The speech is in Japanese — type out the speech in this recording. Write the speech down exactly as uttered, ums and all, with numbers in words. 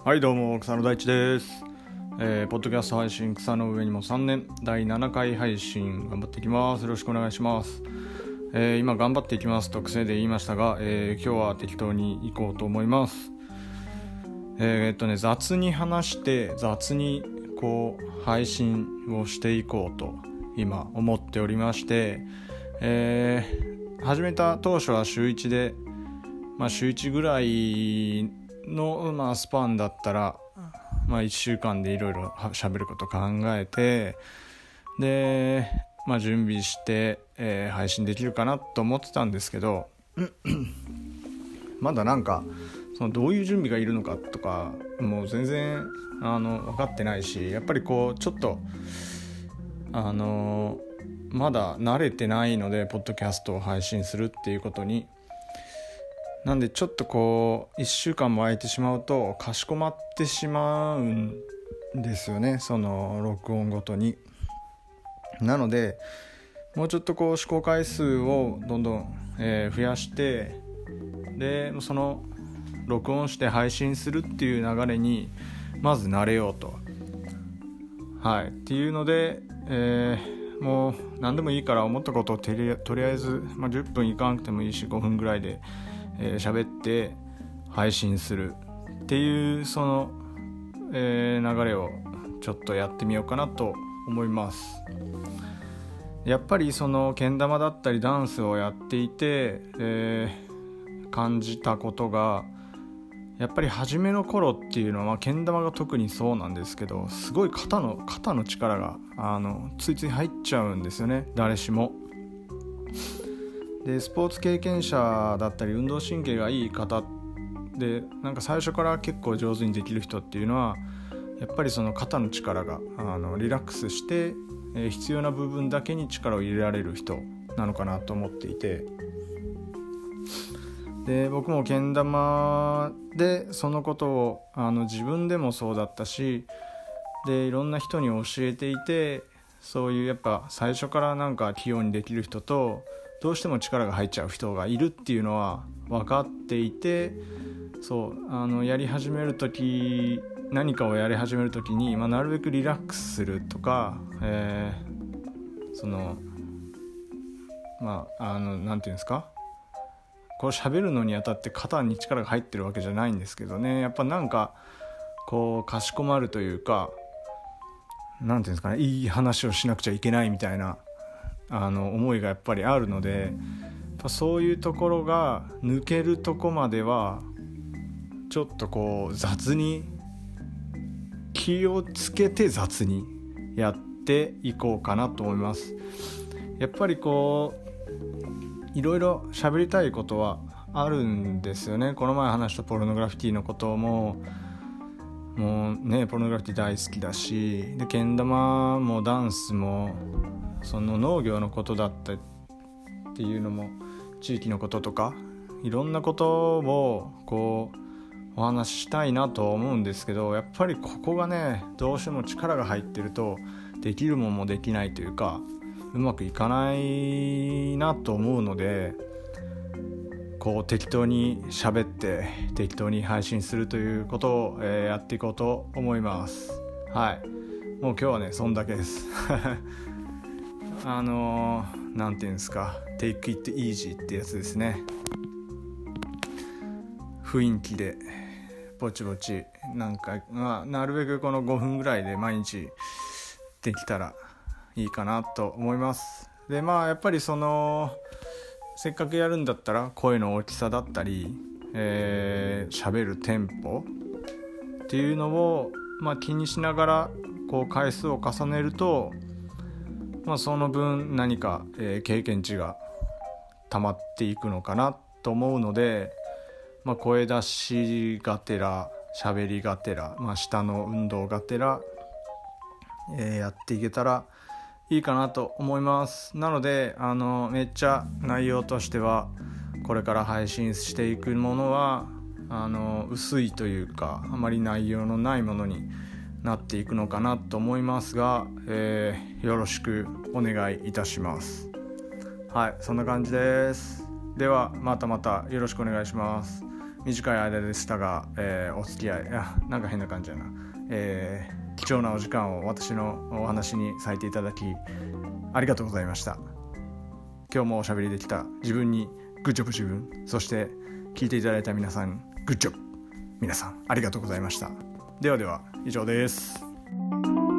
はいどうも草野大地です、えー、ポッドキャスト配信草の上にもさんねんだいななかい配信頑張っていきます。よろしくお願いします。えー、今頑張っていきますと癖で言いましたが、えー、今日は適当に行こうと思います。えー、っとね雑に話して雑にこう配信をしていこうと今思っておりまして、えー、始めた当初は週いちで、まあ、週いちぐらいの、まあ、スパンだったら、まあ、いっしゅうかんでいろいろ喋ること考えてで、まあ、準備して、えー、配信できるかなと思ってたんですけどまだなんかそのどういう準備がいるのかとかもう全然あの分かってないし、やっぱりこうちょっとあのまだ慣れてないのでポッドキャストを配信するっていうことになんでちょっとこういっしゅうかんも空いてしまうとかしこまってしまうんですよね、その録音ごとに。なのでもうちょっとこう試行回数をどんどん、えー、増やしてでその録音して配信するっていう流れにまず慣れようとはいっていうので、えー、もう何でもいいから思ったことをとり、とりあえず、まあ、じゅっぷんいかなくてもいいしごふんぐらいでえー、喋って配信するっていうその、えー、流れをちょっとやってみようかなと思います。やっぱりそのけん玉だったりダンスをやっていて、えー、感じたことがやっぱり初めの頃っていうのはけん玉が特にそうなんですけど、すごい肩の肩の力があのついつい入っちゃうんですよね、誰しも。でスポーツ経験者だったり運動神経がいい方でなんか最初から結構上手にできる人っていうのはやっぱりその肩の力があのリラックスして、えー、必要な部分だけに力を入れられる人なのかなと思っていて、で僕もけん玉でそのことをあの自分でもそうだったしでいろんな人に教えていて、そういうやっぱ最初からなんか器用にできる人とどうしても力が入っちゃう人がいるっていうのは分かっていて、そうあのやり始めるとき何かをやり始めるときに、まあ、なるべくリラックスするとか、えー、そのまああのなんていうんですか、こう喋るのにあたって肩に力が入ってるわけじゃないんですけどね、やっぱなんかこうかしこまるというか、なんていうんですかね、いい話をしなくちゃいけないみたいなあの思いがやっぱりあるので、やっぱそういうところが抜けるとこまではちょっとこう雑に気をつけて雑にやっていこうかなと思います。やっぱりこういろいろ喋りたいことはあるんですよね。この前話したポルノグラフィティのことももうねポルノグラフィティ大好きだし、でけん玉もダンスもその農業のことだったっていうのも地域のこととかいろんなことをこうお話ししたいなと思うんですけど、やっぱりここがねどうしても力が入ってるとできるもんもできないというかうまくいかないなと思うので、こう適当に喋って適当に配信するということを、えー、やっていこうと思います。はい、もう今日はねそんだけですあのー、なんていうんですか Take it easy ってやつですね。雰囲気でぼちぼちなんか、まあ、なるべくこのごふんぐらいで毎日できたらいいかなと思います。でまあやっぱりそのせっかくやるんだったら声の大きさだったりえー、喋るテンポっていうのを、まあ、気にしながらこう回数を重ねるとまあ、その分何か、えー、経験値が溜まっていくのかなと思うので、まあ、声出しがてら喋りがてら、まあ、舌の運動がてら、えー、やっていけたらいいかなと思います。なのであのめっちゃ内容としてはこれから配信していくものはあの薄いというかあまり内容のないものになっていくのかなと思いますが、えー、よろしくお願いいたします。はい、そんな感じです。ではまたまたよろしくお願いします。 短い間でしたが、えー、お付き合い、あ、なんか変な感じやな、えー、貴重なお時間を私のお話に割いていただきありがとうございました。今日もおしゃべりできた自分にグッジョブ自分、そして聞いていただいた皆さんグッジョブ皆さんありがとうございました。ではでは以上です。